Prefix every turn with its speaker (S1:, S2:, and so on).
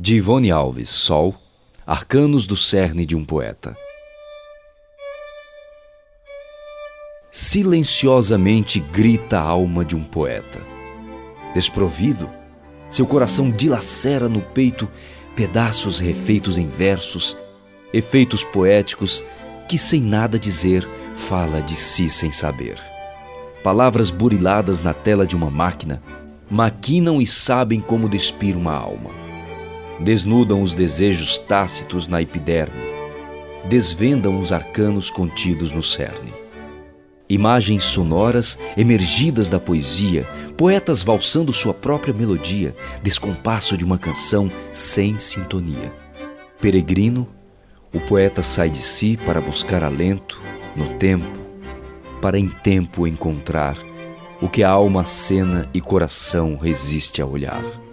S1: De Ivone Alves, Sol, Arcanos do Cerne de um Poeta. Silenciosamente grita a alma de um poeta. Desprovido, seu coração dilacera no peito pedaços refeitos em versos, efeitos poéticos que, sem nada dizer, fala de si sem saber. Palavras buriladas na tela de uma máquina maquinam e sabem como despir uma alma. Desnudam os desejos tácitos na epiderme, desvendam os arcanos contidos no cerne. Imagens sonoras emergidas da poesia, poetas valsando sua própria melodia, descompasso de uma canção sem sintonia. Peregrino, o poeta sai de si para buscar alento no tempo, para em tempo encontrar o que a alma acena e coração resiste a olhar.